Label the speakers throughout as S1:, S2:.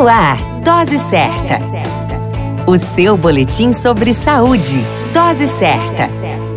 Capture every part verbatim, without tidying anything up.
S1: No ar, Dose Certa. O seu boletim sobre saúde. Dose Certa.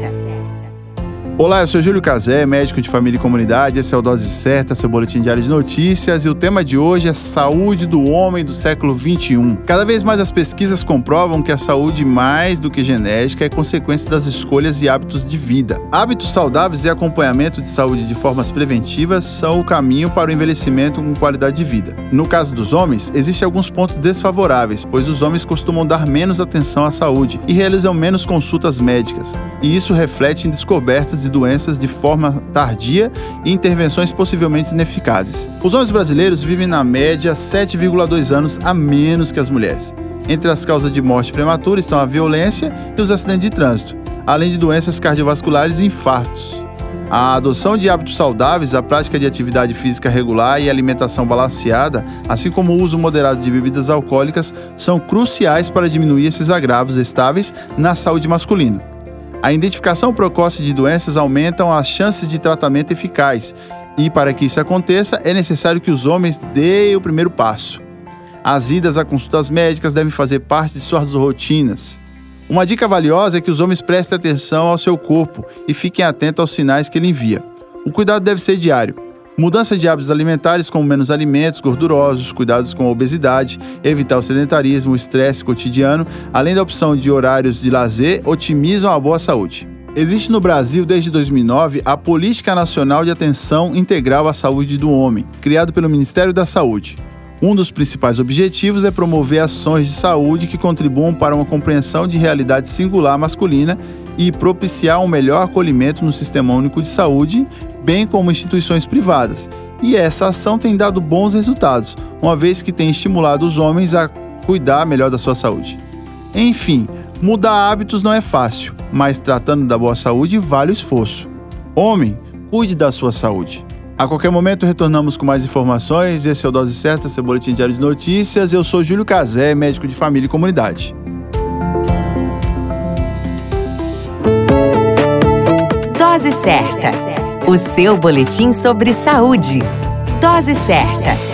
S2: Olá, eu sou Júlio Cazé, médico de família e comunidade. Esse é o Dose Certa, seu boletim diário de notícias. E o tema de hoje é saúde do homem do século vinte e um. Cada vez mais as pesquisas comprovam que a saúde, mais do que genética, é consequência das escolhas e hábitos de vida. Hábitos saudáveis e acompanhamento de saúde de formas preventivas são o caminho para o envelhecimento com qualidade de vida. No caso dos homens, existem alguns pontos desfavoráveis, pois os homens costumam dar menos atenção à saúde e realizam menos consultas médicas. E isso reflete em descobertas de doenças de forma tardia e intervenções possivelmente ineficazes. Os homens brasileiros vivem na média sete vírgula dois anos a menos que as mulheres. Entre as causas de morte prematura estão a violência e os acidentes de trânsito, além de doenças cardiovasculares e infartos. A adoção de hábitos saudáveis, a prática de atividade física regular e alimentação balanceada, assim como o uso moderado de bebidas alcoólicas, são cruciais para diminuir esses agravos estáveis na saúde masculina. A identificação precoce de doenças aumentam as chances de tratamento eficaz e, para que isso aconteça, é necessário que os homens deem o primeiro passo. As idas a consultas médicas devem fazer parte de suas rotinas. Uma dica valiosa é que os homens prestem atenção ao seu corpo e fiquem atentos aos sinais que ele envia. O cuidado deve ser diário. Mudança de hábitos alimentares, como menos alimentos gordurosos, cuidados com a obesidade, evitar o sedentarismo, o estresse cotidiano, além da opção de horários de lazer, otimizam a boa saúde. Existe no Brasil, desde dois mil e nove, a Política Nacional de Atenção Integral à Saúde do Homem, criado pelo Ministério da Saúde. Um dos principais objetivos é promover ações de saúde que contribuam para uma compreensão de realidade singular masculina e propiciar um melhor acolhimento no Sistema Único de Saúde, bem como instituições privadas. E essa ação tem dado bons resultados, uma vez que tem estimulado os homens a cuidar melhor da sua saúde. Enfim, mudar hábitos não é fácil, mas tratando da boa saúde vale o esforço. Homem, cuide da sua saúde. A qualquer momento retornamos com mais informações. Esse é o Dose Certa, seu boletim diário de notícias. Eu sou Júlio Cazé, médico de família e comunidade.
S1: Dose Certa. O seu boletim sobre saúde. Dose Certa.